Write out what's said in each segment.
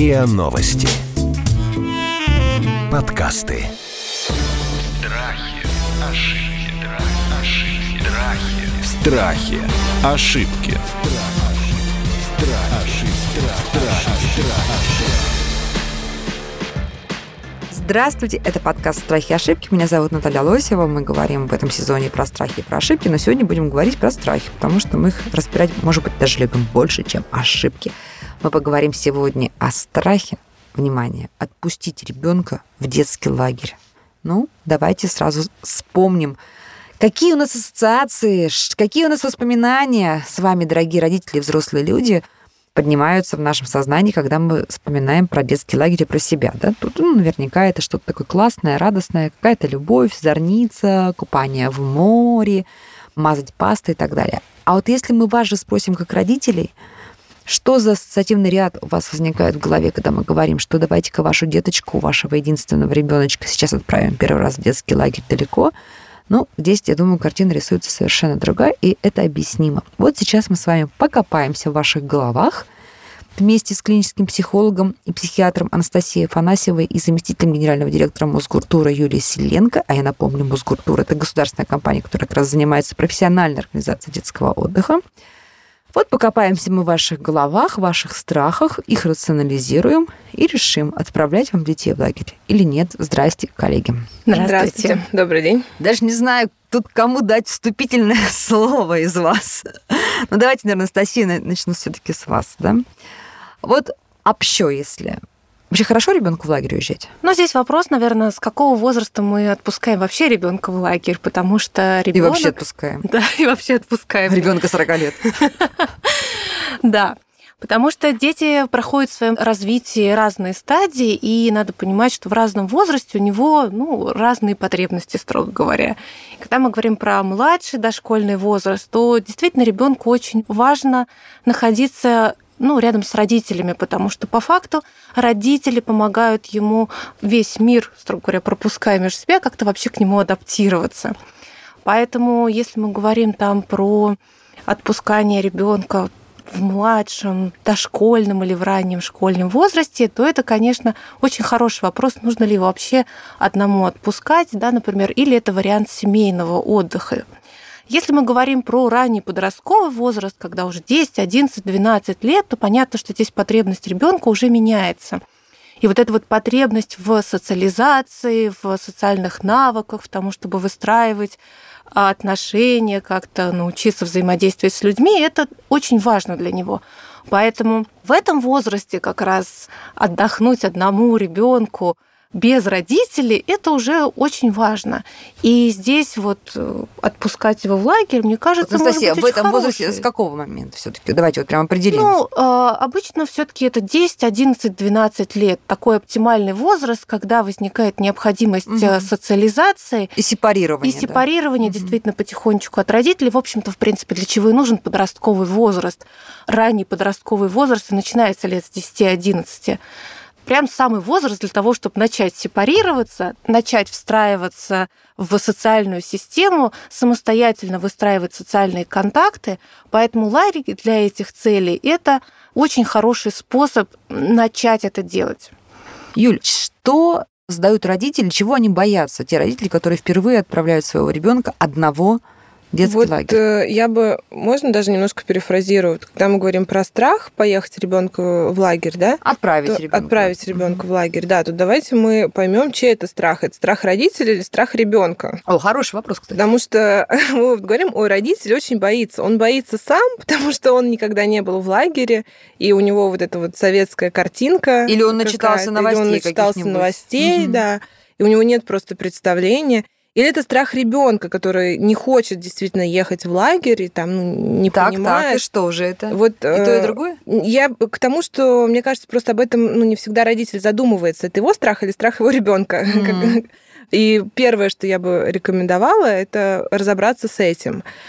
РИА Новости. Подкасты. Страхи. Ошибки. Здравствуйте, это подкаст «Страхи и ошибки». Меня зовут Наталья Лосева. Мы говорим в этом сезоне про страхи и про ошибки, но сегодня будем говорить про страхи, потому что мы их разбирать, может быть, даже любим больше, чем ошибки. Мы поговорим сегодня о страхе, внимание, отпустить ребенка в детский лагерь. Ну, давайте сразу вспомним, какие у нас ассоциации, какие у нас воспоминания с вами, дорогие родители и взрослые люди, поднимаются в нашем сознании, когда мы вспоминаем про детский лагерь и про себя. Да? Тут наверняка это что-то такое классное, радостное, какая-то любовь, зорница, купание в море, мазать пастой и так далее. А вот если мы вас же спросим как родителей, что за ассоциативный ряд у вас возникает в голове, когда мы говорим, что давайте-ка вашу деточку, вашего единственного ребеночка сейчас отправим первый раз в детский лагерь далеко, ну, здесь, я думаю, картина рисуется совершенно другая, и это объяснимо. Вот сейчас мы с вами покопаемся в ваших головах вместе с клиническим психологом и психиатром Анастасией Афанасьевой и заместителем генерального директора Мосгортура Юлией Селенко. А я напомню, Мосгортур — это государственная компания, которая как раз занимается профессиональной организацией детского отдыха. Вот покопаемся мы в ваших головах, в ваших страхах, их рационализируем и решим, отправлять вам детей в лагерь или нет. Здрасте, коллеги. Здравствуйте. Добрый день. Даже не знаю, тут кому дать вступительное слово из вас. Ну, давайте, наверное, Анастасия, начну все-таки с вас, да? Вот общо, если... Вообще хорошо ребенку в лагерь уезжать? Ну, здесь вопрос, наверное, с какого возраста мы отпускаем вообще ребенка в лагерь, потому что ребенок... И вообще отпускаем. Да, и вообще отпускаем. Ребенка 40 лет. Да. Потому что дети проходят в своем развитии разные стадии, и надо понимать, что в разном возрасте у него разные потребности, строго говоря. Когда мы говорим про младший дошкольный возраст, то действительно ребенку очень важно находиться рядом с родителями, потому что по факту родители помогают ему весь мир, строго говоря, пропуская между себя, как-то вообще к нему адаптироваться. Поэтому, если мы говорим там про отпускание ребенка в младшем, дошкольном или в раннем школьном возрасте, то это, конечно, очень хороший вопрос, нужно ли его вообще одному отпускать, да, например, или это вариант семейного отдыха. Если мы говорим про ранний подростковый возраст, когда уже 10, 11, 12 лет, то понятно, что здесь потребность ребенка уже меняется. И вот эта вот потребность в социализации, в социальных навыках, в том, чтобы выстраивать отношения, как-то научиться взаимодействовать с людьми, это очень важно для него. Поэтому в этом возрасте как раз отдохнуть одному ребенку без родителей, это уже очень важно. И здесь вот отпускать его в лагерь, мне кажется, Анастасия, может быть, в этом возрасте с какого момента все-таки? Давайте вот прямо определим. Обычно все-таки это 10, 11, 12 лет. Такой оптимальный возраст, когда возникает необходимость социализации. И сепарирования. И сепарирования действительно потихонечку от родителей. В общем-то, в принципе, для чего и нужен подростковый возраст. Ранний подростковый возраст начинается лет с 10-11. Прям самый возраст для того, чтобы начать сепарироваться, начать встраиваться в социальную систему, самостоятельно выстраивать социальные контакты. Поэтому лагерь для этих целей – это очень хороший способ начать это делать. Юль, что задают родители, чего они боятся? Те родители, которые впервые отправляют своего ребенка одного в детский лагерь. Я бы, можно даже немножко перефразирую, когда мы говорим про страх поехать ребенку в лагерь, да? Отправить ребенка в лагерь, да. Тут давайте мы поймем, чей это страх. Это страх родителя или страх ребенка? О, хороший вопрос, кстати. Потому что мы говорим, родитель очень боится. Он боится сам, потому что он никогда не был в лагере, и у него вот эта вот советская картинка. Или он начитался новостей, да, и у него нет просто представления. Или это страх ребенка, который не хочет действительно ехать в лагерь и там не понимает. Так, и что же это? Вот, и то, и другое? Я к тому, что, мне кажется, просто об этом не всегда родитель задумывается. Это его страх или страх его ребенка. И первое, что я бы рекомендовала, это разобраться с этим.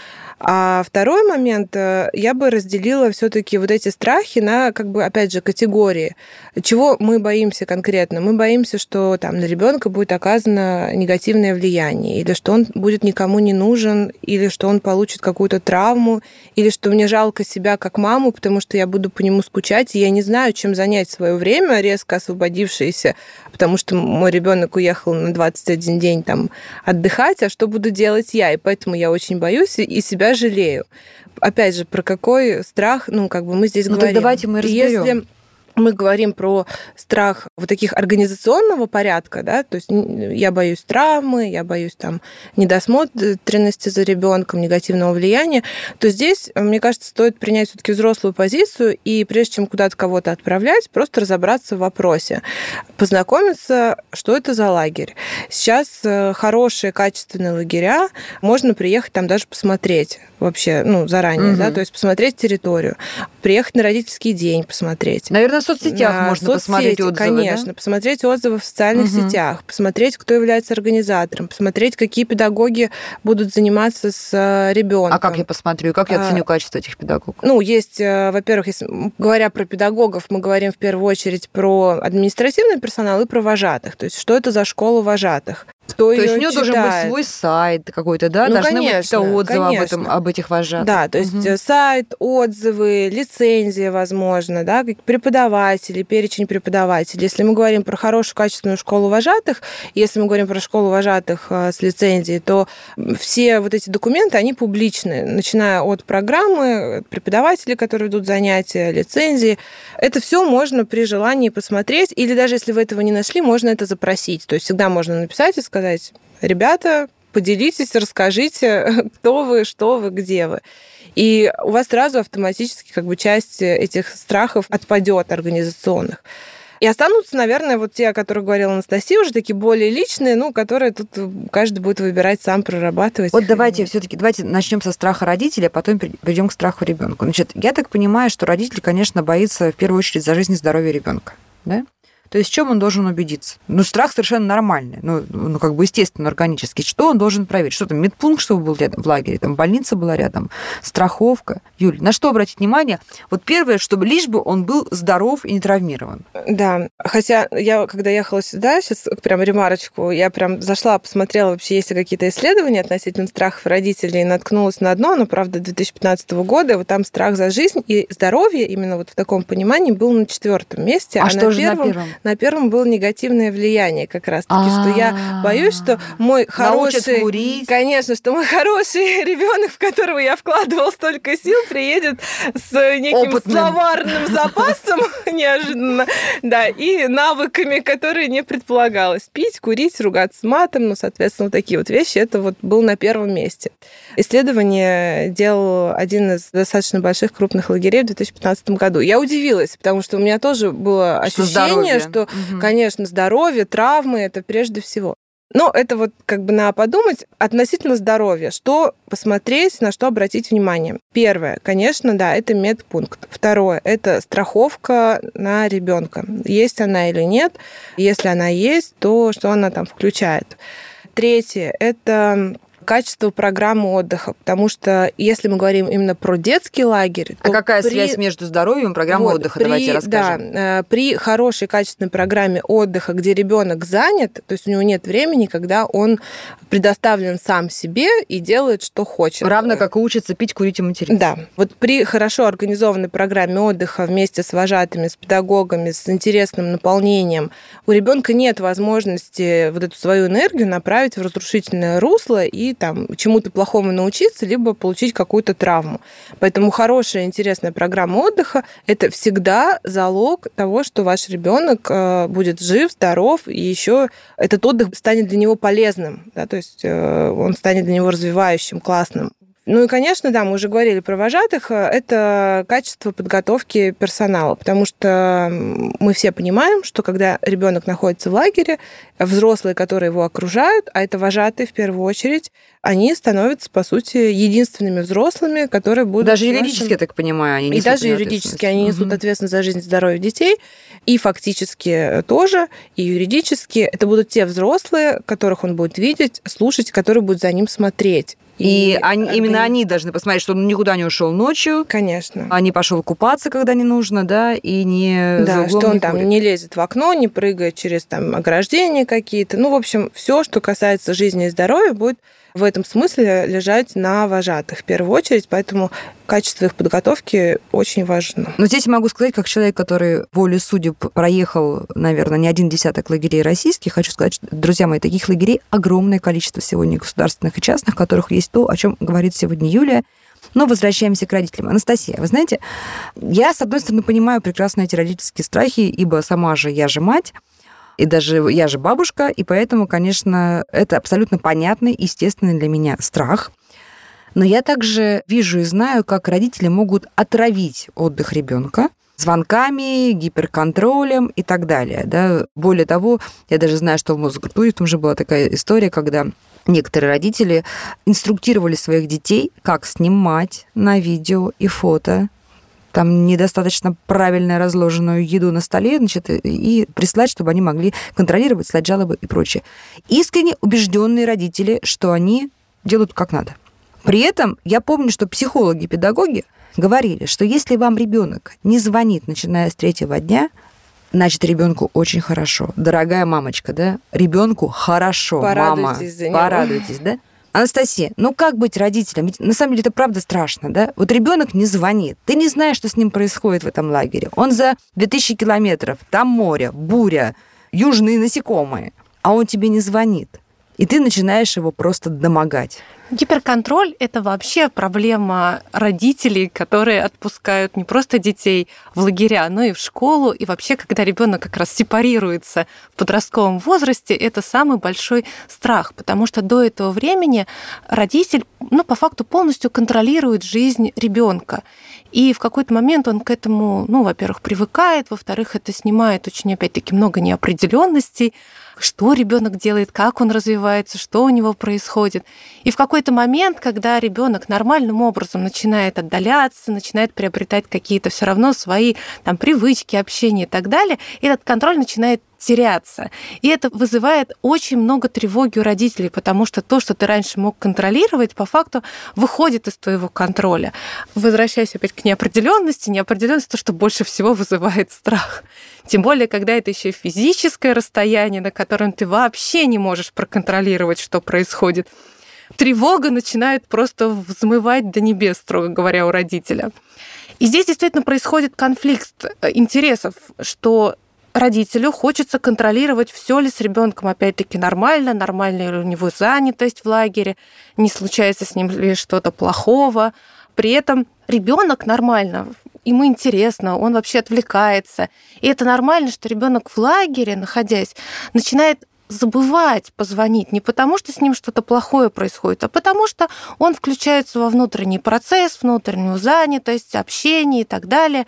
А второй момент, я бы разделила все-таки вот эти страхи на, опять же, категории. Чего мы боимся конкретно? Мы боимся, что там на ребенка будет оказано негативное влияние, или что он будет никому не нужен, или что он получит какую-то травму, или что мне жалко себя как маму, потому что я буду по нему скучать, и я не знаю, чем занять свое время, резко освободившееся, потому что мой ребенок уехал на 21 день там отдыхать, а что буду делать я? И поэтому я очень боюсь и себя жалею. Опять же, про какой страх, мы здесь говорим. Так давайте мы разберем. Если мы говорим про страх вот таких организационного порядка, да, то есть я боюсь травмы, я боюсь там недосмотренности за ребенком, негативного влияния, то здесь, мне кажется, стоит принять все-таки взрослую позицию и прежде чем куда-то кого-то отправлять, просто разобраться в вопросе, познакомиться, что это за лагерь. Сейчас хорошие, качественные лагеря, можно приехать там даже посмотреть вообще, заранее, да, то есть посмотреть территорию, приехать на родительский день, посмотреть. Наверное, в соцсетях можно посмотреть отзывы, конечно, да? Посмотреть отзывы в социальных сетях, посмотреть, кто является организатором, посмотреть, какие педагоги будут заниматься с ребенком. А как я посмотрю, как я оценю качество этих педагогов? Есть, во-первых, говоря про педагогов, мы говорим в первую очередь про административный персонал и про вожатых. То есть, что это за школа вожатых? Кто то есть у него должен быть свой сайт какой-то, да? Должны быть какие-то отзывы об этих вожатых. Да, то есть сайт, отзывы, лицензия, возможно, да, как преподаватели, перечень преподавателей. Если мы говорим про хорошую, качественную школу вожатых, если мы говорим про школу вожатых с лицензией, то все вот эти документы, они публичны, начиная от программы, преподавателей, которые ведут занятия, лицензии. Это все можно при желании посмотреть, или даже если вы этого не нашли, можно это запросить. То есть всегда можно написать и сказать: ребята, поделитесь, расскажите, кто вы, что вы, где вы. И у вас сразу автоматически часть этих страхов отпадет организационных. И останутся, наверное, вот те, о которых говорила Анастасия, уже такие более личные, которые тут каждый будет выбирать сам, прорабатывать. Вот давайте начнем со страха родителей, а потом перейдем к страху ребенка. Значит, я так понимаю, что родитель, конечно, боится в первую очередь за жизнь и здоровье ребенка, да? То есть в чем он должен убедиться? Страх совершенно нормальный, естественно, органический. Что он должен проверить? Что там, медпункт, чтобы был рядом в лагере, там больница была рядом, страховка. Юль, на что обратить внимание? Вот первое, чтобы лишь бы он был здоров и не травмирован. Да, хотя я, когда ехала сюда, сейчас прям ремарочку, я прям зашла, посмотрела, вообще есть ли какие-то исследования относительно страхов родителей, и наткнулась на одно, но, правда, 2015 года, вот там страх за жизнь и здоровье, именно вот в таком понимании, был на 4-м месте. А что же на первом? На первом было негативное влияние как раз-таки, что я боюсь, что мой хороший... курить. Конечно, что мой хороший ребенок, в которого я вкладывал столько сил, приедет с неким словарным запасом неожиданно, да, и навыками, которые не предполагалось. Пить, курить, ругаться матом, соответственно, вот такие вот вещи, это вот был на первом месте. Исследование делал один из достаточно больших крупных лагерей в 2015 году. Я удивилась, потому что у меня тоже было ощущение, что, конечно, здоровье, травмы – это прежде всего. Но это вот на подумать относительно здоровья. Что посмотреть, на что обратить внимание. Первое, конечно, да, это медпункт. Второе, это страховка на ребенка. Есть она или нет. Если она есть, то что она там включает. Третье, это качество программы отдыха, потому что если мы говорим именно про детский лагерь... А какая связь между здоровьем и программой отдыха? Давайте расскажем. Да, при хорошей качественной программе отдыха, где ребенок занят, то есть у него нет времени, когда он предоставлен сам себе и делает, что хочет. Равно как и учится пить, курить и материться. Да. Вот при хорошо организованной программе отдыха вместе с вожатыми, с педагогами, с интересным наполнением, у ребенка нет возможности вот эту свою энергию направить в разрушительное русло и чему-то плохому научиться, либо получить какую-то травму. Поэтому хорошая, интересная программа отдыха – это всегда залог того, что ваш ребенок будет жив, здоров, и еще этот отдых станет для него полезным, да, то есть он станет для него развивающим, классным. И, конечно, да, мы уже говорили про вожатых, это качество подготовки персонала, потому что мы все понимаем, что когда ребенок находится в лагере, взрослые, которые его окружают, а это вожатые в первую очередь, они становятся, по сути, единственными взрослыми, которые будут... Даже юридически, я так понимаю, они несут ответственность. И даже юридически они несут ответственность за жизнь и здоровье детей, и фактически тоже, и юридически. Это будут те взрослые, которых он будет видеть, слушать, которые будут за ним смотреть. И именно они должны посмотреть, что он никуда не ушел ночью. Конечно. А не пошел купаться, когда не нужно, да, и не за углом что он не там ходит. не лезет в окно, не прыгает через там ограждения какие-то. В общем, все, что касается жизни и здоровья, будет в этом смысле лежать на вожатых в первую очередь, поэтому качество их подготовки очень важно. Но здесь могу сказать, как человек, который волей судеб проехал, наверное, не один десяток лагерей российских, хочу сказать, что, друзья мои, таких лагерей огромное количество сегодня государственных и частных, в которых есть то, о чем говорит сегодня Юлия. Но возвращаемся к родителям. Анастасия, вы знаете, я, с одной стороны, понимаю прекрасно эти родительские страхи, ибо сама же я же мать, и даже я же бабушка, и поэтому, конечно, это абсолютно понятный, естественный для меня страх. Но я также вижу и знаю, как родители могут отравить отдых ребенка звонками, гиперконтролем и так далее. Да? Более того, я даже знаю, что в Мосгортуре там же была такая история, когда некоторые родители инструктировали своих детей, как снимать на видео и фото там недостаточно правильно разложенную еду на столе, значит, и прислать, чтобы они могли контролировать, слать жалобы и прочее. Искренне убежденные родители, что они делают как надо. При этом я помню, что психологи, педагоги говорили, что если вам ребенок не звонит, начиная с 3-го дня, значит, ребенку очень хорошо. Дорогая мамочка, да? Ребенку хорошо, порадуйтесь мама. За него. Порадуйтесь, да? Анастасия, как быть родителем? Ведь на самом деле это правда страшно, да? Вот ребенок не звонит, ты не знаешь, что с ним происходит в этом лагере. Он за 2000 километров, там море, буря, южные насекомые, а он тебе не звонит. И ты начинаешь его просто домогать. Гиперконтроль – это вообще проблема родителей, которые отпускают не просто детей в лагеря, но и в школу. И вообще, когда ребенок как раз сепарируется в подростковом возрасте, это самый большой страх, потому что до этого времени родитель, по факту полностью контролирует жизнь ребенка. И в какой-то момент он к этому, во-первых, привыкает, во-вторых, это снимает очень, опять-таки, много неопределенностей, что ребенок делает, как он развивается, что у него происходит. И в какой-то момент, когда ребенок нормальным образом начинает отдаляться, начинает приобретать какие-то все равно свои привычки, общения и так далее, этот контроль начинает теряться. И это вызывает очень много тревоги у родителей, потому что то, что ты раньше мог контролировать, по факту выходит из твоего контроля. Возвращаясь опять к неопределенности, неопределенность то, что больше всего вызывает страх. Тем более, когда это еще физическое расстояние, на котором ты вообще не можешь проконтролировать, что происходит. Тревога начинает просто взмывать до небес, строго говоря, у родителя. И здесь действительно происходит конфликт интересов, что родителю хочется контролировать, все ли с ребенком опять-таки нормально, нормальная ли у него занятость в лагере, не случается с ним ли что-то плохого. При этом ребенок нормально, ему интересно, он вообще отвлекается. И это нормально, что ребенок в лагере, находясь, начинает забывать позвонить не потому, что с ним что-то плохое происходит, а потому что он включается во внутренний процесс, внутреннюю занятость, общение и так далее.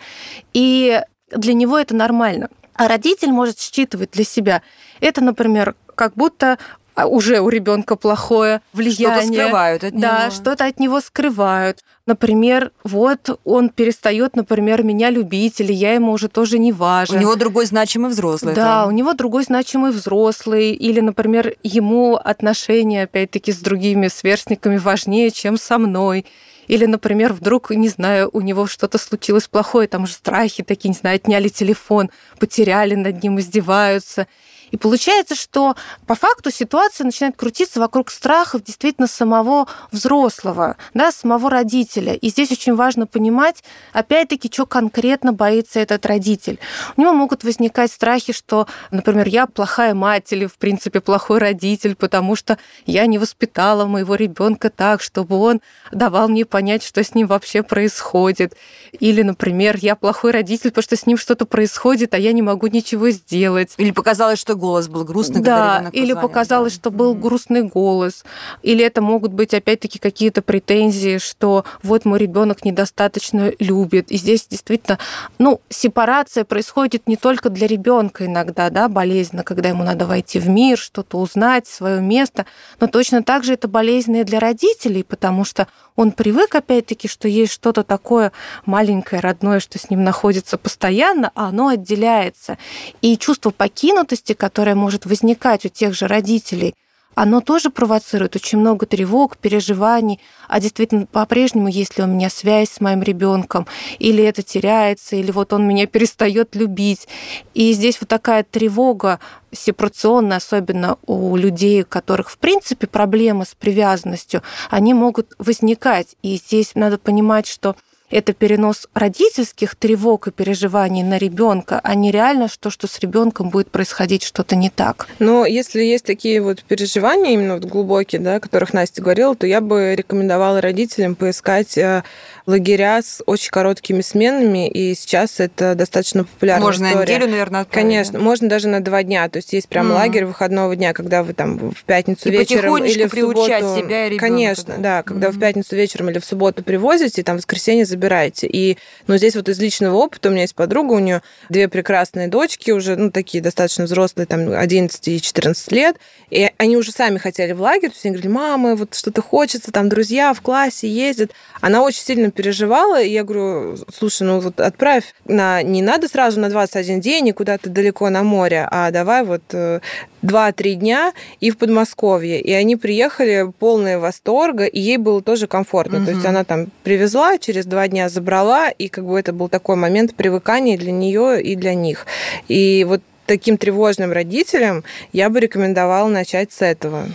И для него это нормально. А родитель может считывать для себя. Это, например, как будто уже у ребенка плохое влияние. Что-то скрывают от него. Да, что-то от него скрывают. Например, он перестает, меня любить, или я ему уже тоже не важен. У него другой значимый взрослый. Да, у него другой значимый взрослый. Или, например, ему отношения, опять-таки, с другими сверстниками важнее, чем со мной. Или, например, вдруг, не знаю, у него что-то случилось плохое, там же страхи такие, не знаю, отняли телефон, потеряли, над ним издеваются. И получается, что по факту ситуация начинает крутиться вокруг страхов действительно самого взрослого, да, самого родителя. И здесь очень важно понимать, опять-таки, что конкретно боится этот родитель. У него могут возникать страхи, что, например, я плохая мать или, в принципе, плохой родитель, потому что я не воспитала моего ребенка так, чтобы он давал мне понять, что с ним вообще происходит. Или, например, я плохой родитель, потому что с ним что-то происходит, а я не могу ничего сделать. Или показалось, что голос был грустный, да, когда ребенок или позвонил. показалось, что был грустный голос. Или это могут быть, опять-таки, какие-то претензии, что вот мой ребенок недостаточно любит. И здесь действительно, сепарация происходит не только для ребенка иногда, да, болезненно, когда ему надо войти в мир, что-то узнать, свое место, но точно так же это болезненно и для родителей, потому что он привык, опять-таки, что есть что-то такое маленькое, родное, что с ним находится постоянно, а оно отделяется. И чувство покинутости, которое может возникать у тех же родителей, оно тоже провоцирует очень много тревог, переживаний. А действительно, по-прежнему, есть ли у меня связь с моим ребенком, или это теряется, или вот он меня перестает любить. И здесь вот такая тревога сепарационная, особенно у людей, у которых, в принципе, проблемы с привязанностью, они могут возникать. И здесь надо понимать, что это перенос родительских тревог и переживаний на ребенка, а не реально то, что с ребенком будет происходить что-то не так. Но если есть такие вот переживания, именно вот глубокие, да, о которых Настя говорила, то я бы рекомендовала родителям поискать лагеря с очень короткими сменами, и сейчас это достаточно популярная можно история. Можно неделю, наверное, отправить. Конечно, можно даже на 2 дня. То есть есть прям лагерь выходного дня, когда вы там в пятницу вечером или в субботу... себя и ребёнка, конечно, да, когда в пятницу вечером или в субботу привозите, и там в воскресенье забираете. И, здесь вот из личного опыта у меня есть подруга, у нее 2 прекрасные дочки, уже, такие достаточно взрослые, там, 11 и 14 лет, и они уже сами хотели в лагерь, то есть они говорили: мама, вот что-то хочется, там друзья в классе ездят. Она очень сильно переживала, и я говорю: слушай, вот отправь не надо сразу на 21 день и куда-то далеко на море, а давай вот 2-3 дня и в Подмосковье. И они приехали полные восторга, и ей было тоже комфортно. То есть она там привезла, через 2 дня забрала, и как бы это был такой момент привыкания для нее и для них. И вот таким тревожным родителям я бы рекомендовала начать с этого.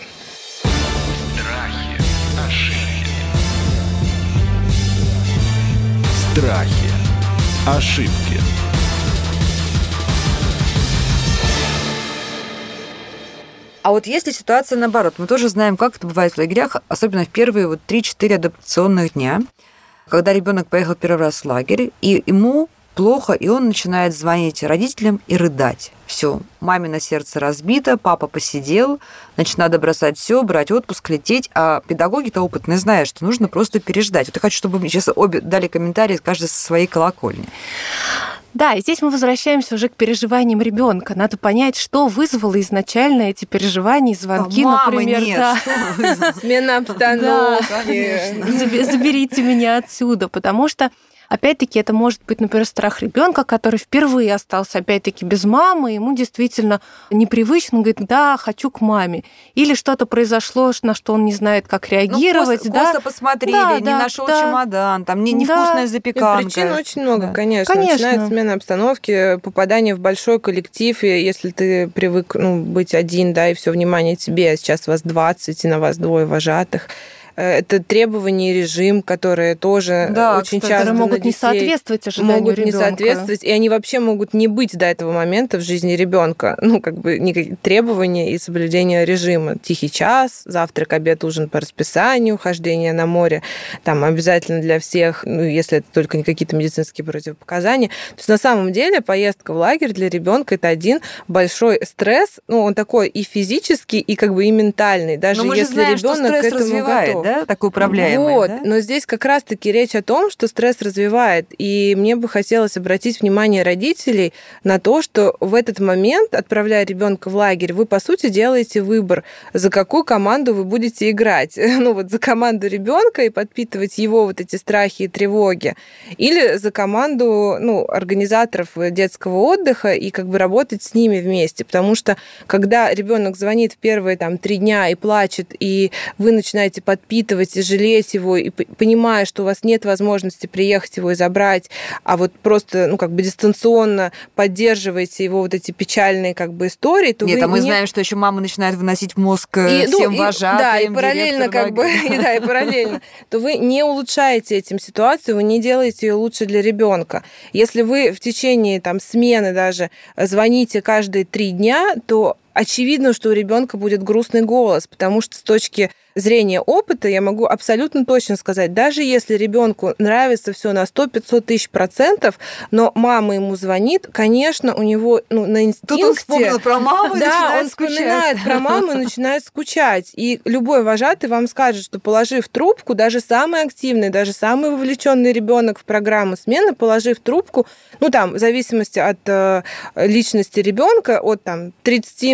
Страхи, ошибки. А вот если ситуация наоборот, мы тоже знаем, как это бывает в лагерях, особенно в первые 3-4 адаптационных дня, когда ребенок поехал первый раз в лагерь, и ему плохо, и он начинает звонить родителям и рыдать. Все, мамино сердце разбито, папа посидел, значит, надо бросать все, брать отпуск, лететь. А педагоги-то опытные знают, что нужно просто переждать. Вот я хочу, чтобы сейчас обе дали комментарии, каждый со своей колокольни. Да, и здесь мы возвращаемся уже к переживаниям ребенка. Надо понять, что вызвало изначально эти переживания, звонки, например. Нет, смена обстановки. Заберите меня отсюда, потому что опять-таки, это может быть, например, страх ребенка, который впервые остался, опять-таки, без мамы, ему действительно непривычно, он говорит: да, хочу к маме. Или что-то произошло, на что он не знает, как реагировать. Косо посмотрели, не нашел чемодан, там невкусная запеканка. Причин очень много, конечно. Начинается смена обстановки, попадание в большой коллектив, и если ты привык быть один, да, и все внимание тебе, а сейчас вас 20, и на вас 2 вожатых. Это требования и режим, которые тоже очень часто могут не соответствовать ожиданию ребенка. Могут не соответствовать, и они вообще могут не быть до этого момента в жизни ребенка. Никакие требования и соблюдение режима. Тихий час, завтрак, обед, ужин по расписанию, хождение на море, там обязательно для всех, если это только не какие-то медицинские противопоказания. То есть на самом деле поездка в лагерь для ребенка это один большой стресс, он такой и физический, и и ментальный, даже если ребенок к этому готов. Да, такой управляемый. Да? Но здесь как раз-таки речь о том, что стресс развивает. И мне бы хотелось обратить внимание родителей на то, что в этот момент, отправляя ребенка в лагерь, вы, по сути, делаете выбор, за какую команду вы будете играть. За команду ребенка и подпитывать его эти страхи и тревоги. Или за команду организаторов детского отдыха и работать с ними вместе. Потому что, когда ребенок звонит в первые 3 дня и плачет, и вы начинаете подпитывать и жалеть его, и понимая, что у вас нет возможности приехать его и забрать, а просто, дистанционно поддерживаете его эти печальные истории, то мы знаем, что еще мама начинает выносить в мозг всем вожатым, да, и параллельно и параллельно, то вы не улучшаете этим ситуацию, вы не делаете ее лучше для ребенка. Если вы в течение смены даже звоните каждые 3 дня, то очевидно, что у ребенка будет грустный голос, потому что с точки зрения опыта я могу абсолютно точно сказать, даже если ребенку нравится все на 100-500 тысяч %, но мама ему звонит, конечно, у него на инстинкте... Тут он вспомнил про маму и начинает скучать. Да, он вспоминает про маму и начинает скучать. И любой вожатый вам скажет, что, положив трубку, даже самый активный, даже самый вовлеченный ребенок в программу смены, положив трубку, в зависимости от личности ребенка, от 30,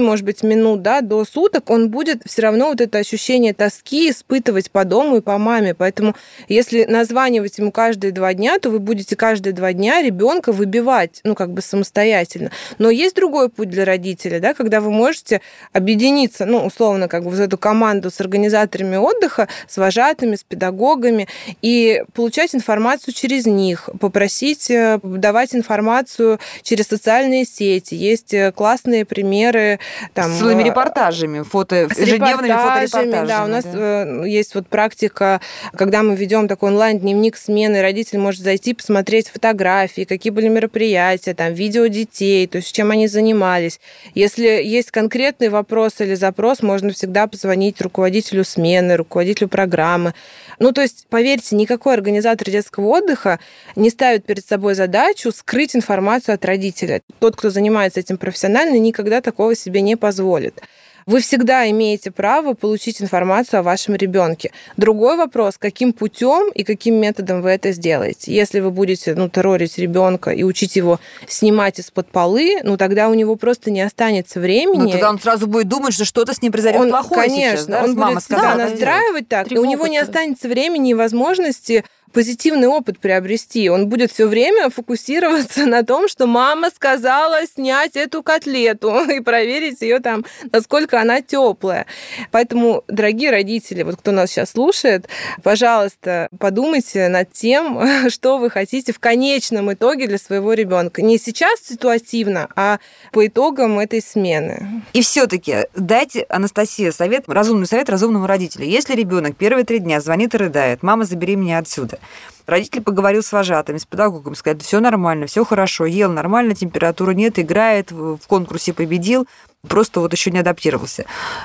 может быть, минут, да, до суток, он будет все равно вот это ощущение тоски испытывать по дому и по маме. Поэтому если названивать ему каждые 2 дня, то вы будете каждые 2 дня ребенка выбивать, самостоятельно. Но есть другой путь для родителей, да, когда вы можете объединиться, условно, как бы в эту команду с организаторами отдыха, с вожатыми, с педагогами, и получать информацию через них, попросить давать информацию через социальные сети. Есть классные примеры. Там, с целыми репортажами, ежедневными фоторепортажами. Да, у нас есть вот практика, когда мы ведем такой онлайн-дневник смены, родитель может зайти, посмотреть фотографии, какие были мероприятия, там, видео детей, то есть чем они занимались. Если есть конкретный вопрос или запрос, можно всегда позвонить руководителю смены, руководителю программы. То есть, поверьте, никакой организатор детского отдыха не ставит перед собой задачу скрыть информацию от родителя. Тот, кто занимается этим профессионально, никогда такого себе не позволит. Вы всегда имеете право получить информацию о вашем ребенке. Другой вопрос, каким путем и каким методом вы это сделаете. Если вы будете террорить ребенка и учить его снимать из-под полы, тогда у него просто не останется времени. Тогда он сразу будет думать, что что-то с ним произойдет плохое. Конечно, сейчас, да? он будет всегда настраивать так, и у него не останется времени и возможности позитивный опыт приобрести. Он будет все время фокусироваться на том, что мама сказала снять эту котлету и проверить ее там, насколько она теплая. Поэтому, дорогие родители, вот кто нас сейчас слушает, пожалуйста, подумайте над тем, что вы хотите в конечном итоге для своего ребенка. Не сейчас ситуативно, а по итогам этой смены. И все-таки дайте, Анастасия, разумный совет разумному родителю. Если ребенок первые 3 дня звонит и рыдает: мама, забери меня отсюда. Родитель поговорил с вожатыми, с педагогом, сказал: все нормально, все хорошо, ел нормально, температуры нет, играет, в конкурсе победил, просто еще не адаптировался.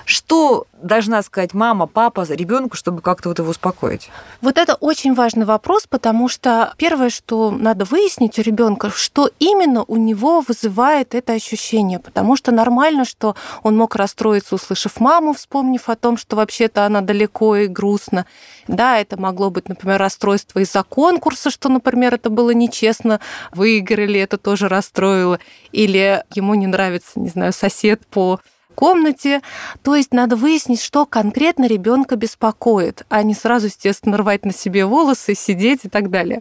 Что должна сказать мама, папа ребенку, чтобы как-то его успокоить? Вот это очень важный вопрос, потому что первое, что надо выяснить у ребенка, что именно у него вызывает это ощущение, потому что нормально, что он мог расстроиться, услышав маму, вспомнив о том, что вообще-то она далеко и грустно. Да, это могло быть, например, расстройство из-за конкурса, что, например, это было нечестно, выиграли, это тоже расстроило, или ему не нравится, не знаю, сосед по комнате. То есть надо выяснить, что конкретно ребенка беспокоит, а не сразу, естественно, рвать на себе волосы, сидеть и так далее.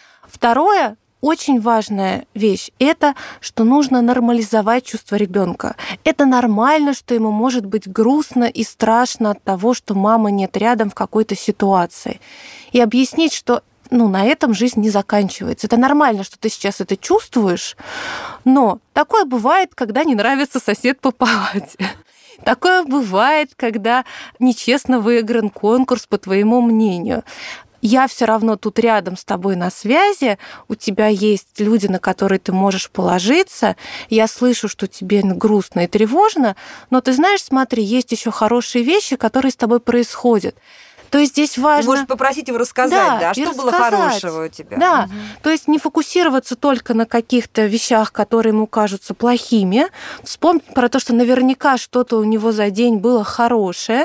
Второе, очень важная вещь – это, что нужно нормализовать чувство ребенка. Это нормально, что ему может быть грустно и страшно от того, что мамы нет рядом в какой-то ситуации. И объяснить, что на этом жизнь не заканчивается. Это нормально, что ты сейчас это чувствуешь, но такое бывает, когда не нравится сосед по палате. Такое бывает, когда нечестно выигран конкурс, по твоему мнению. Я все равно тут рядом с тобой на связи, у тебя есть люди, на которые ты можешь положиться, я слышу, что тебе грустно и тревожно, но ты знаешь, смотри, есть еще хорошие вещи, которые с тобой происходят. То есть здесь важно... Можешь попросить его рассказать, да, что было хорошего у тебя. Да, то есть не фокусироваться только на каких-то вещах, которые ему кажутся плохими, вспомнить про то, что наверняка что-то у него за день было хорошее,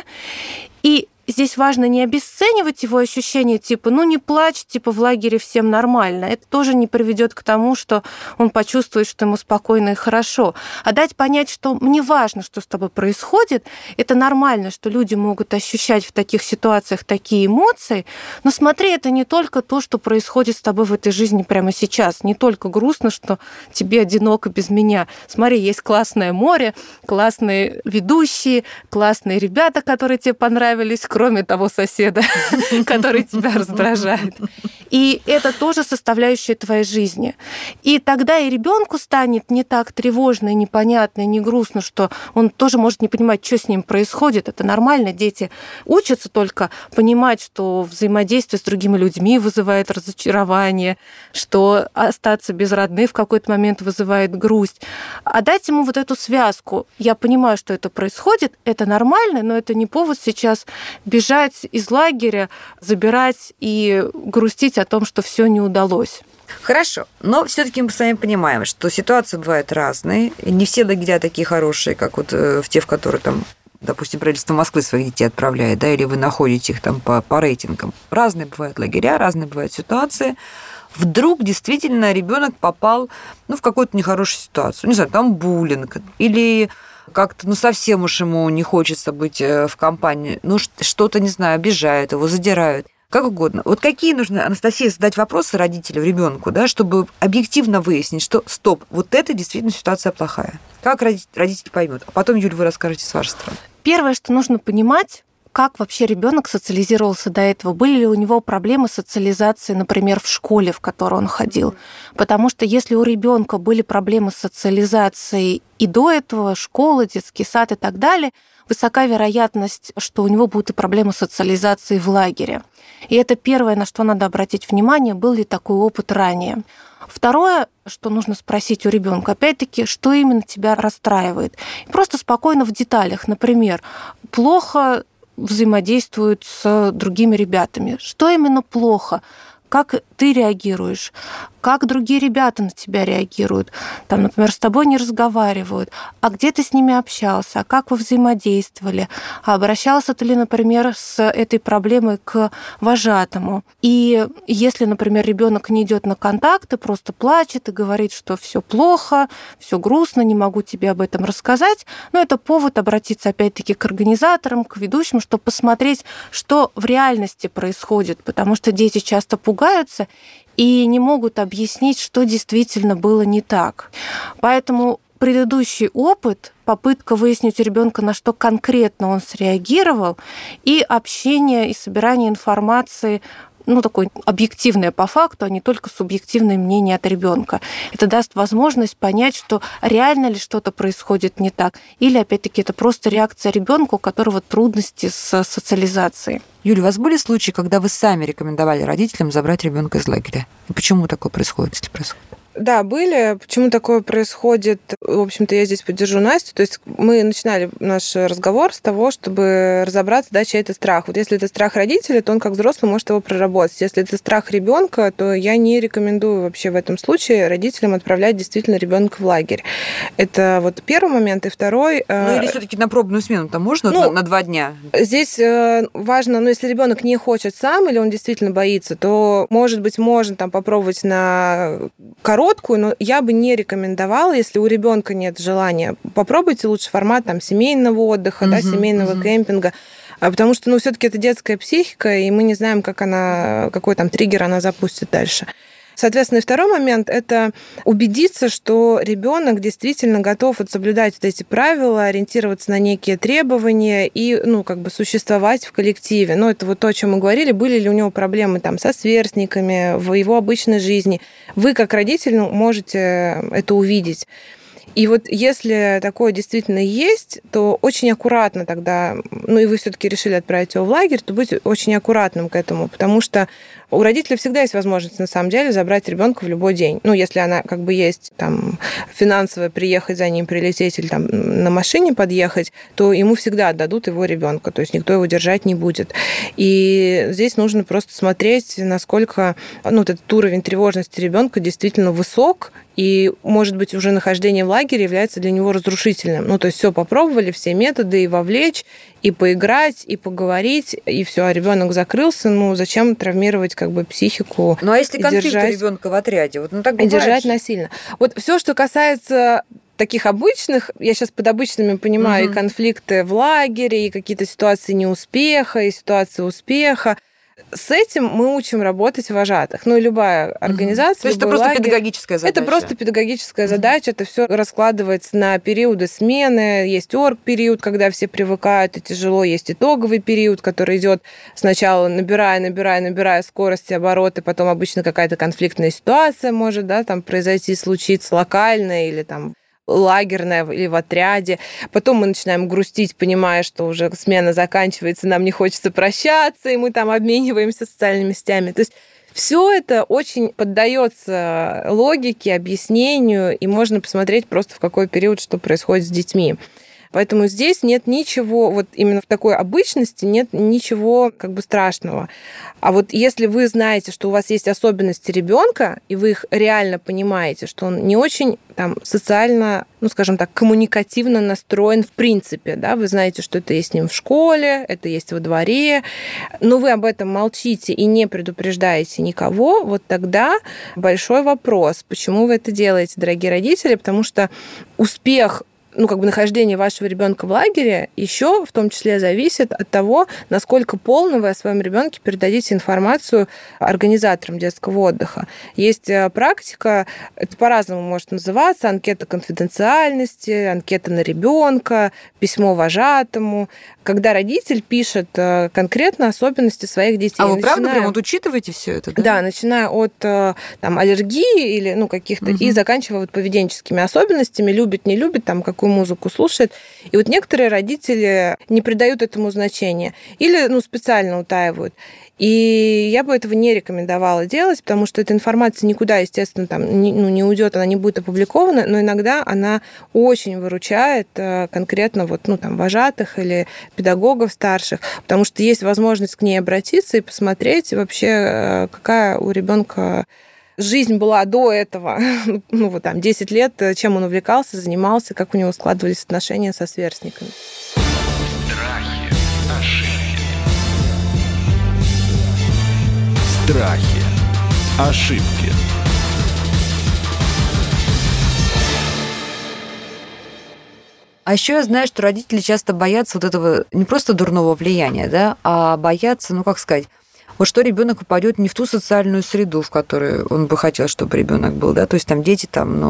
и здесь важно не обесценивать его ощущения, типа, не плачь, типа, в лагере всем нормально. Это тоже не приведет к тому, что он почувствует, что ему спокойно и хорошо. А дать понять, что мне важно, что с тобой происходит, это нормально, что люди могут ощущать в таких ситуациях такие эмоции, но смотри, это не только то, что происходит с тобой в этой жизни прямо сейчас, не только грустно, что тебе одиноко без меня. Смотри, есть классное море, классные ведущие, классные ребята, которые тебе понравились, кроме того соседа, который тебя раздражает. И это тоже составляющая твоей жизни. И тогда и ребенку станет не так тревожно, и непонятно, и не грустно, что он тоже может не понимать, что с ним происходит. Это нормально. Дети учатся только понимать, что взаимодействие с другими людьми вызывает разочарование, что остаться без родных в какой-то момент вызывает грусть. А дать ему вот эту связку. Я понимаю, что это происходит, это нормально, но это не повод сейчас бежать из лагеря, забирать и грустить о том, что все не удалось. Хорошо, но все-таки мы с вами понимаем, что ситуации бывают разные. Не все лагеря такие хорошие, как вот в те, в которые там, допустим, правительство Москвы своих детей отправляет, да, или вы находите их там по рейтингам. Разные бывают лагеря, разные бывают ситуации. Вдруг действительно ребенок попал в какую-то нехорошую ситуацию. Не знаю, там буллинг, или как-то, совсем уж ему не хочется быть в компании, что-то, не знаю, обижают его, задирают. Как угодно. Вот какие нужно, Анастасия, задать вопросы родителю, ребенку, да, чтобы объективно выяснить, что стоп, вот это действительно ситуация плохая. Как родитель поймет? А потом, Юль, вы расскажете с вашей стороны. Первое, что нужно понимать, как вообще ребенок социализировался до этого. Были ли у него проблемы социализации, например, в школе, в которую он ходил? Потому что если у ребенка были проблемы с социализацией и до этого, школа, детский сад и так далее, высока вероятность, что у него будут и проблемы с социализацией в лагере. И это первое, на что надо обратить внимание, был ли такой опыт ранее. Второе, что нужно спросить у ребенка, опять-таки, что именно тебя расстраивает. И просто спокойно в деталях. Например, плохо взаимодействуют с другими ребятами. Что именно плохо? Как ты реагируешь? Как другие ребята на тебя реагируют? Там, например, с тобой не разговаривают. А где ты с ними общался? А как вы взаимодействовали? А обращался ты ли, например, с этой проблемой к вожатому? И если, например, ребенок не идет на контакт и просто плачет и говорит, что все плохо, все грустно, не могу тебе об этом рассказать, это повод обратиться опять-таки к организаторам, к ведущим, чтобы посмотреть, что в реальности происходит, потому что дети часто пугаются и не могут объяснить, что действительно было не так. Поэтому предыдущий опыт, попытка выяснить у ребенка, на что конкретно он среагировал, и общение и собирание информации, такое объективное по факту, а не только субъективное мнение от ребенка. Это даст возможность понять, что реально ли что-то происходит не так, или, опять-таки, это просто реакция ребенка, у которого трудности с социализацией. Юля, у вас были случаи, когда вы сами рекомендовали родителям забрать ребенка из лагеря? И почему такое происходит, если происходит? Да, были. Почему такое происходит? В общем-то, я здесь поддержу Настю. То есть мы начинали наш разговор с того, чтобы разобраться, чей это страх. Вот если это страх родителя, то он как взрослый может его проработать. Если это страх ребенка, то я не рекомендую вообще в этом случае родителям отправлять действительно ребенка в лагерь. Это вот первый момент. И второй... или все-таки на пробную смену там можно на 2 дня? Здесь важно, если ребенок не хочет сам или он действительно боится, то, может быть, можно там попробовать на короткую, но я бы не рекомендовала, если у ребенка нет желания. Попробуйте лучше формат семейного отдыха, семейного кемпинга, потому что, все-таки это детская психика, и мы не знаем, какой там триггер она запустит дальше. Соответственно, и второй момент – это убедиться, что ребенок действительно готов соблюдать вот эти правила, ориентироваться на некие требования и, существовать в коллективе. Это вот то, о чем мы говорили. Были ли у него проблемы со сверстниками в его обычной жизни? Вы, как родитель, можете это увидеть. И вот если такое действительно есть, то очень аккуратно тогда, и вы все-таки решили отправить его в лагерь, то быть очень аккуратным к этому, потому что у родителей всегда есть возможность, на самом деле, забрать ребенка в любой день. Если она есть финансово приехать за ним, прилететь или на машине подъехать, то ему всегда отдадут его ребенка, то есть никто его держать не будет. И здесь нужно просто смотреть, насколько этот уровень тревожности ребенка действительно высок, и, может быть, уже нахождение в лагере является для него разрушительным. То есть все попробовали, все методы, и вовлечь, и поиграть, и поговорить, и все, а ребенок закрылся. Зачем травмировать психику? А если конфликт у ребенка в отряде? Так и держать насильно. Все, что касается таких обычных, я сейчас под обычными понимаю, и конфликты в лагере, и какие-то ситуации неуспеха, и ситуации успеха. С этим мы учим работать вожатых. И любая организация, то есть это просто педагогическая задача. Это просто педагогическая задача. Это все раскладывается на периоды смены. Есть орг-период, когда все привыкают и тяжело. Есть итоговый период, который идет сначала набирая скорость и обороты, потом обычно какая-то конфликтная ситуация может произойти, случиться локальная или лагерная или в отряде. Потом мы начинаем грустить, понимая, что уже смена заканчивается, нам не хочется прощаться, и мы обмениваемся социальными сетями. То есть все это очень поддается логике, объяснению, и можно посмотреть просто в какой период, что происходит с детьми. Поэтому здесь нет ничего, именно в такой обычности нет ничего страшного. А если вы знаете, что у вас есть особенности ребенка, и вы их реально понимаете, что он не очень социально, коммуникативно настроен в принципе, вы знаете, что это есть с ним в школе, это есть во дворе, но вы об этом молчите и не предупреждаете никого, тогда большой вопрос, почему вы это делаете, дорогие родители, потому что успех нахождение вашего ребенка в лагере еще в том числе зависит от того, насколько полно вы о своем ребенке передадите информацию организаторам детского отдыха. Есть практика, это по-разному может называться: анкета конфиденциальности, анкета на ребенка, письмо вожатому, когда родитель пишет конкретно особенности своих детей. А вы правда прям учитываете все это? Да, начиная от аллергии или каких-то, и заканчивая поведенческими особенностями, любит, не любит, какую музыку слушает. И некоторые родители не придают этому значения или специально утаивают. И я бы этого не рекомендовала делать, потому что эта информация никуда, естественно, не уйдет, она не будет опубликована, но иногда она очень выручает конкретно вожатых или педагогов старших, потому что есть возможность к ней обратиться и посмотреть вообще, какая у ребенка жизнь была до этого, 10 лет, чем он увлекался, занимался, как у него складывались отношения со сверстниками. Страхи, ошибки. Страхи, ошибки. А еще я знаю, что родители часто боятся этого не просто дурного влияния, да, а боятся, что ребенок попадет не в ту социальную среду, в которой он бы хотел, чтобы ребенок был, да, то есть дети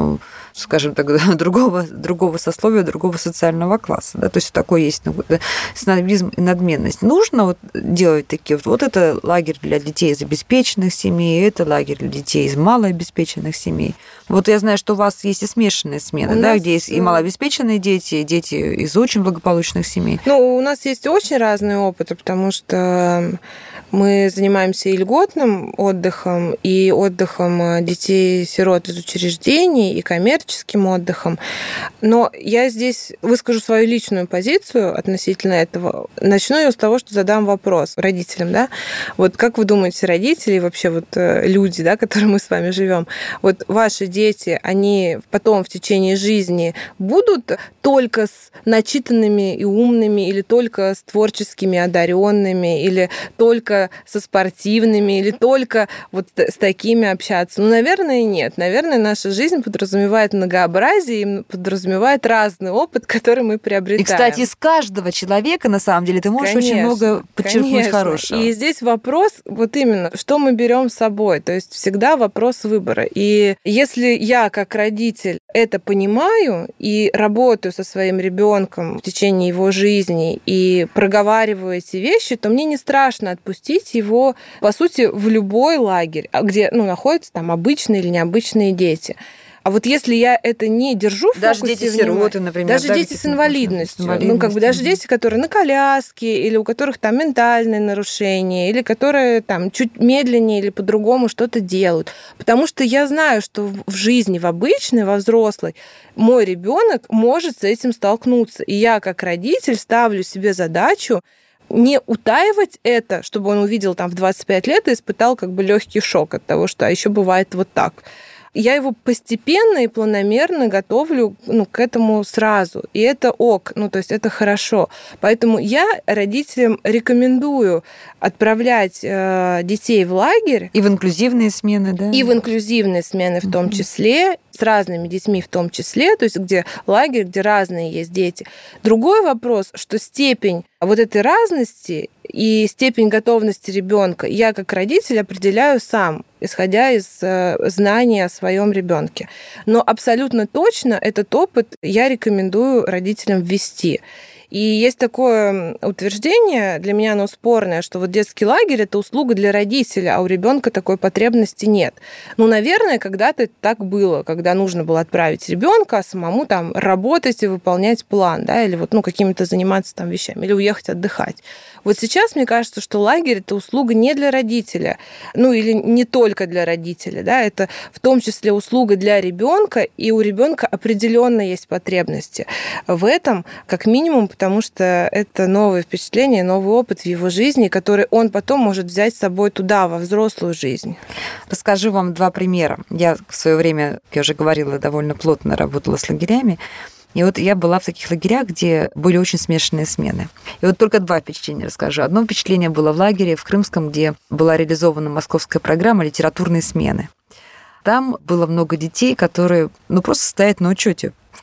скажем так, другого сословия, другого социального класса, да, то есть такой есть снобизм и надменность. Нужно делать такие, это лагерь для детей из обеспеченных семей, это лагерь для детей из малообеспеченных семей. Я знаю, что у вас есть и смешанные смены, да, где есть и малообеспеченные дети, и дети из очень благополучных семей. У нас есть очень разные опыты, потому что мы занимаемся и льготным отдыхом, и отдыхом детей-сирот из учреждений, и коммерческим отдыхом. Но я здесь выскажу свою личную позицию относительно этого. Начну я с того, что задам вопрос родителям. Да? Как вы думаете, родители, вообще люди, да, которые мы с вами живем, ваши дети, они потом в течение жизни будут только с начитанными и умными, или только с творческими одаренными, или только со спортивными, или только с такими общаться? Наверное, нет. Наверное, наша жизнь подразумевает многообразие и подразумевает разный опыт, который мы приобретаем. И, кстати, из каждого человека, на самом деле, ты можешь очень много подчеркнуть хорошего. И здесь вопрос именно, что мы берем с собой. То есть всегда вопрос выбора. И если я, как родитель, это понимаю и работаю со своим ребенком в течение его жизни и проговариваю эти вещи, то мне не страшно отпустить его, по сути, в любой лагерь, где находятся обычные или необычные дети. А если я это не держу в фокусе внимания... Даже дети-сироты, например. Даже дети с инвалидностью. Даже дети, которые на коляске, или у которых ментальные нарушения, или которые чуть медленнее или по-другому что-то делают. Потому что я знаю, что в жизни, в обычной, во взрослой, мой ребенок может с этим столкнуться. И я, как родитель, ставлю себе задачу не утаивать это, чтобы он увидел в 25 лет и испытал легкий шок от того, что еще бывает так. Я его постепенно и планомерно готовлю к этому сразу. И это ок, то есть это хорошо. Поэтому я родителям рекомендую отправлять детей в лагерь. И в инклюзивные смены, да? И в инклюзивные смены в том числе, с разными детьми в том числе, то есть где лагерь, где разные есть дети. Другой вопрос, что степень этой разности и степень готовности ребенка я как родитель определяю сам, исходя из знаний о своем ребенке. Но абсолютно точно этот опыт я рекомендую родителям ввести. И есть такое утверждение, для меня оно спорное, что детский лагерь – это услуга для родителя, а у ребенка такой потребности нет. Наверное, когда-то так было, когда нужно было отправить ребенка, а самому работать и выполнять план, да, или какими-то заниматься вещами, или уехать отдыхать. Сейчас мне кажется, что лагерь – это услуга не для родителя, или не только для родителя, да, это в том числе услуга для ребенка, и у ребенка определенно есть потребности в этом, как минимум, потому что это новые впечатления, новый опыт в его жизни, который он потом может взять с собой туда, во взрослую жизнь. Расскажу вам 2 примера. Я в свое время, как я уже говорила, довольно плотно работала с лагерями. И я была в таких лагерях, где были очень смешанные смены. И только 2 впечатления расскажу. Одно впечатление было в лагере в Крымском, где была реализована московская программа «Литературные смены». Там было много детей, которые просто стоят на учете в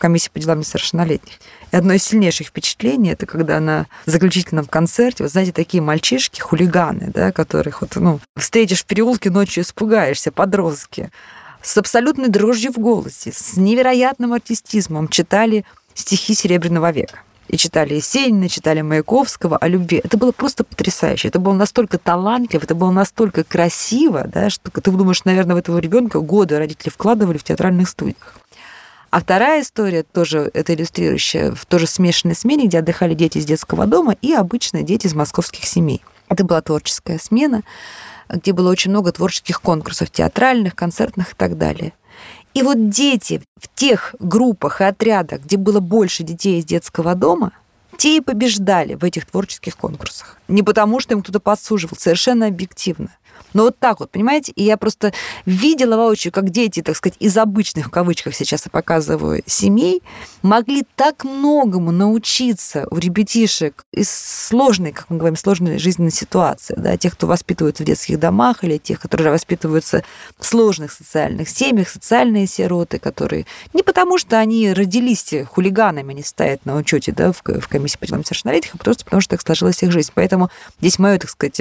комиссии по делам несовершеннолетних. И одно из сильнейших впечатлений, это когда на заключительном концерте, вот знаете, такие мальчишки, хулиганы, да, которых вот, встретишь в переулке, ночью испугаешься, подростки, с абсолютной дрожью в голосе, с невероятным артистизмом читали стихи Серебряного века. И читали Есенина, читали Маяковского о любви. Это было просто потрясающе. Это было настолько талантливо, это было настолько красиво, да, что ты думаешь, наверное, в этого ребенка годы родители вкладывали в театральных студиях. А вторая история, тоже это иллюстрирующая, в тоже смешанной смене, где отдыхали дети из детского дома и обычные дети из московских семей. Это была творческая смена, где было очень много творческих конкурсов, театральных, концертных и так далее. И вот дети в тех группах и отрядах, где было больше детей из детского дома, те и побеждали в этих творческих конкурсах. Не потому, что им кто-то подсуживал, совершенно объективно. Но вот так вот, понимаете? И я просто видела воочию, как дети, так сказать, из обычных, в кавычках сейчас я показываю, семей, могли так многому научиться у ребятишек из сложной, как мы говорим, сложной жизненной ситуации. Да, тех, кто воспитывается в детских домах, или тех, которые воспитываются в сложных социальных семьях, социальные сироты, которые не потому, что они родились хулиганами, они стоят на учете, да, в комиссии по делам несовершеннолетних, а просто потому, что так сложилась их жизнь. Поэтому здесь моё, так сказать,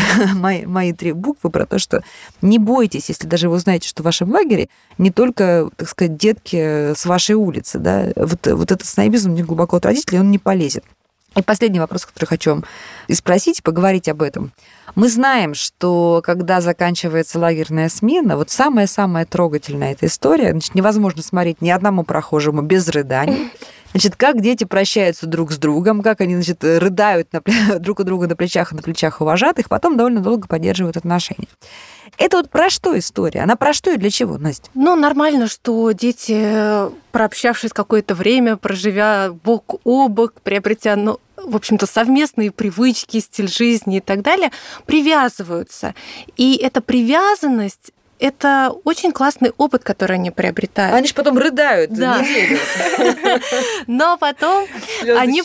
мои 3 буквы про то, что не бойтесь, если даже вы узнаете, что в вашем лагере не только, так сказать, детки с вашей улицы, да, вот этот снобизм не глубоко от родителей, он не полезет. И последний вопрос, который хочу вам спросить, поговорить об этом. Мы знаем, что когда заканчивается лагерная смена, вот самая-самая трогательная эта история, значит, невозможно смотреть ни одному прохожему без рыданий. Значит, как дети прощаются друг с другом, как они, значит, рыдают друг у друга на плечах у вожатых, потом довольно долго поддерживают отношения. Это вот про что история? Она про что и для чего, Настя? Нормально, что дети, прообщавшись какое-то время, проживя бок о бок, приобретя, в общем-то, совместные привычки, стиль жизни и так далее, привязываются. И эта привязанность — это очень классный опыт, который они приобретают. Они же потом рыдают неделю. Но потом они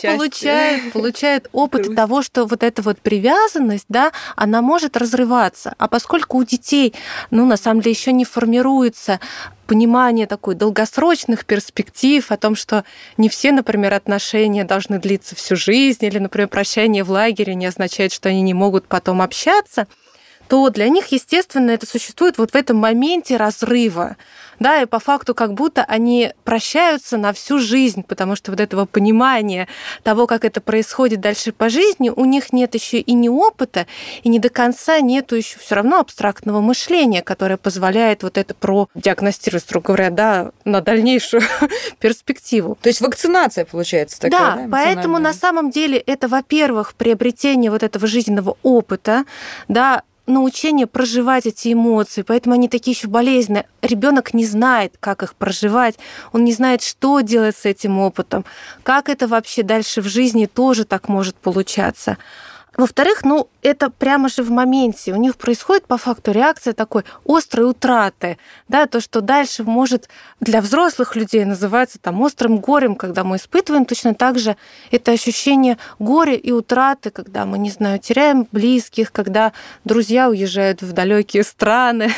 получают опыт того, что вот эта вот привязанность, да, она может разрываться. А поскольку у детей, на самом деле, еще не формируется понимание такой долгосрочных перспектив, о том, что не все, например, отношения должны длиться всю жизнь, или, например, прощание в лагере не означает, что они не могут потом общаться, то для них, естественно, это существует вот в этом моменте разрыва. Да, и по факту как будто они прощаются на всю жизнь, потому что вот этого понимания того, как это происходит дальше по жизни, у них нет еще и ни опыта, и не до конца нету еще все равно абстрактного мышления, которое позволяет вот это продиагностировать, строго говоря, да, на дальнейшую перспективу. То есть вакцинация получается такая, да, поэтому на самом деле это, во-первых, приобретение вот этого жизненного опыта, да, научение проживать эти эмоции, поэтому они такие еще болезненные. Ребенок не знает, как их проживать, он не знает, что делать с этим опытом, как это вообще дальше в жизни тоже так может получаться. Во-вторых, это прямо же в моменте. У них происходит по факту реакция такой острой утраты. Да, то, что дальше может для взрослых людей называться острым горем, когда мы испытываем точно так же это ощущение горя и утраты, когда мы, не знаю, теряем близких, когда друзья уезжают в далекие страны.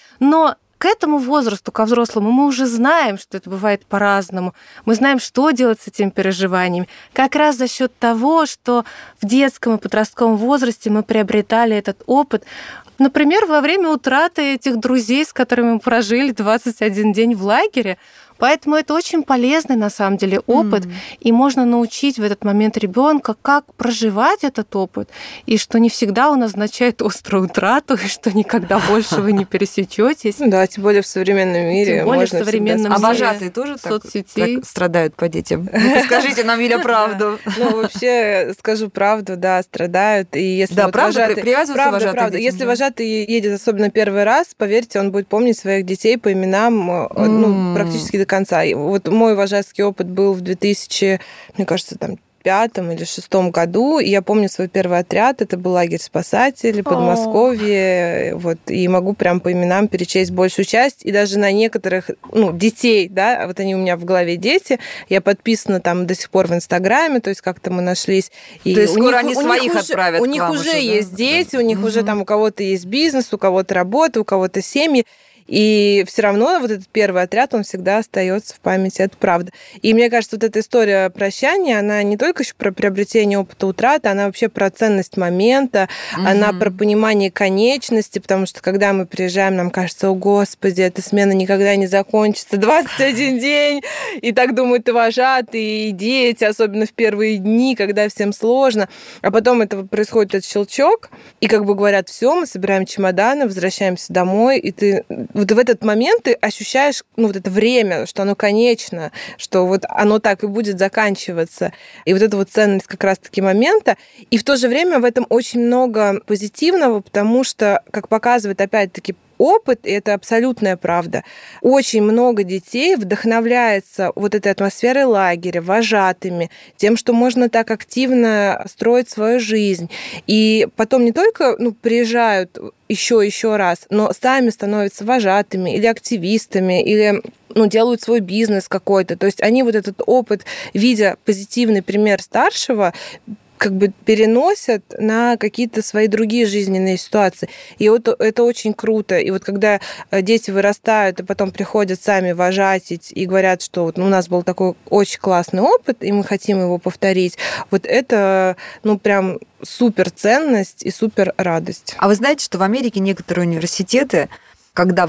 Но к этому возрасту, ко взрослому, мы уже знаем, что это бывает по-разному. Мы знаем, что делать с этими переживаниями. Как раз за счет того, что в детском и подростковом возрасте мы приобретали этот опыт. Например, во время утраты этих друзей, с которыми мы прожили 21 день в лагере. Поэтому это очень полезный, на самом деле, опыт, и можно научить в этот момент ребенка, как проживать этот опыт, и что не всегда он означает острую утрату, и что никогда больше вы не пересечетесь. Да, тем более в современном мире. Тем более в современном мире. А вожатые тоже так страдают по детям? Скажите нам, Юля, правду. Вообще, скажу правду, да, страдают. И если да, правда, привязываются вожатые. Правда. Если вожатый едет особенно первый раз, поверьте, он будет помнить своих детей по именам практически до конца. Вот мой вожатский опыт был в 2000, мне кажется, 2005 или 2006 году. И я помню свой первый отряд. Это был лагерь спасателей, Подмосковье. Вот, и могу прям по именам перечесть большую часть. И даже на некоторых детей, да, вот они у меня в голове дети. Я подписана там до сих пор в Инстаграме, то есть как-то мы нашлись. И то есть скоро они своих отправят к вам уже есть дети, у них уже там у кого-то есть бизнес, у кого-то работа, у кого-то семьи. И все равно вот этот первый отряд, он всегда остается в памяти, это правда. И мне кажется, вот эта история прощания, она не только еще про приобретение опыта утраты, она вообще про ценность момента, она про понимание конечности, потому что когда мы приезжаем, нам кажется, о господи, эта смена никогда не закончится, 21 день, и так думают и вожатые, и дети, особенно в первые дни, когда всем сложно. А потом это происходит этот щелчок, и как бы говорят, все, мы собираем чемоданы, возвращаемся домой, и ты вот в этот момент ты ощущаешь, ну, вот это время, что оно конечно, что вот оно так и будет заканчиваться. И вот эта вот ценность как раз-таки момента. И в то же время в этом очень много позитивного, потому что, как показывает опять-таки опыт, и это абсолютная правда, очень много детей вдохновляется вот этой атмосферой лагеря, вожатыми, тем, что можно так активно строить свою жизнь. И потом не только приезжают еще раз, но сами становятся вожатыми или активистами, или делают свой бизнес какой-то. То есть они вот этот опыт, видя позитивный пример старшего, как бы переносят на какие-то свои другие жизненные ситуации. И вот это очень круто. И вот когда дети вырастают и потом приходят сами вожатить и говорят, что вот у нас был такой очень классный опыт, и мы хотим его повторить, вот это, прям супер ценность и супер радость. А вы знаете, что в Америке некоторые университеты, когда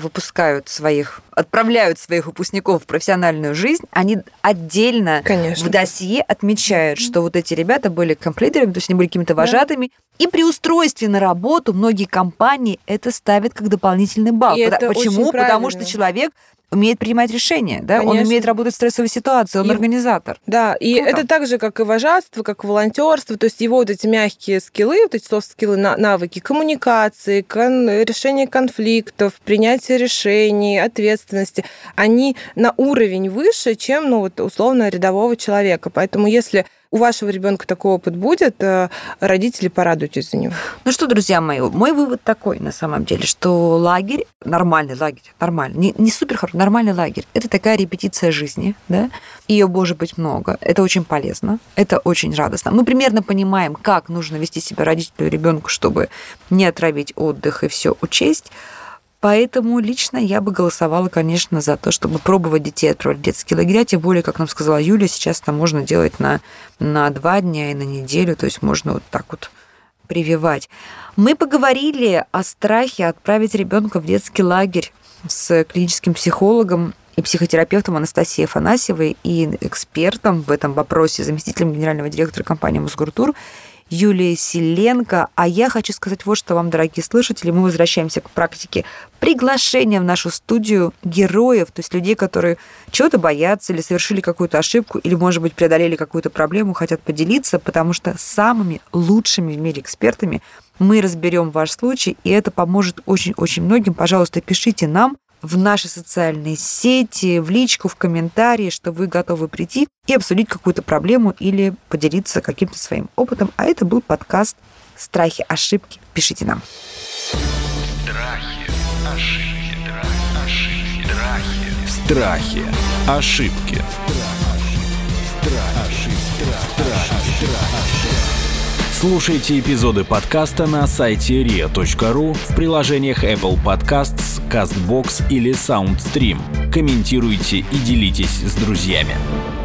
отправляют своих выпускников в профессиональную жизнь, они отдельно в досье отмечают, что вот эти ребята были комплитерами, то есть они были какими-то вожатыми. И при устройстве на работу многие компании это ставят как дополнительный балл. Почему? Потому что человек умеет принимать решения, да? Он умеет работать в стрессовой ситуации, он организатор. Да, и круто. Это так же, как и вожатство, как и волонтерство, то есть его вот эти мягкие скиллы, вот эти софт-скиллы, навыки коммуникации, решения конфликтов, принятия решений, ответственности, они на уровень выше, чем, условно, рядового человека. Поэтому если у вашего ребенка такой опыт будет, родители, порадуйтесь за него. Ну что, друзья мои, мой вывод такой, на самом деле, что лагерь, нормальный, не супер хороший, нормальный лагерь, это такая репетиция жизни, да? Ее может быть много, это очень полезно, это очень радостно. Мы примерно понимаем, как нужно вести себя родителю и ребенку, чтобы не отравить отдых и все учесть. Поэтому лично я бы голосовала, конечно, за то, чтобы пробовать детей отправлять в детские лагеря. Тем более, как нам сказала Юля, сейчас это можно делать на 2 дня и на неделю. То есть можно вот так вот прививать. Мы поговорили о страхе отправить ребенка в детский лагерь с клиническим психологом и психотерапевтом Анастасией Афанасьевой и экспертом в этом вопросе, заместителем генерального директора компании «Мосгортур» Юлии Силенко. А я хочу сказать вот что вам, дорогие слушатели. Мы возвращаемся к практике приглашения в нашу студию героев, то есть людей, которые чего-то боятся или совершили какую-то ошибку, или, может быть, преодолели какую-то проблему, хотят поделиться, потому что самыми лучшими в мире экспертами мы разберем ваш случай, и это поможет очень-очень многим. Пожалуйста, пишите нам в наши социальные сети, в личку, в комментарии, что вы готовы прийти и обсудить какую-то проблему или поделиться каким-то своим опытом. А это был подкаст «Страхи, ошибки». Пишите нам. Страхи, ошибки. Слушайте эпизоды подкаста на сайте ria.ru, в приложениях Apple Podcasts, CastBox или SoundStream. Комментируйте и делитесь с друзьями.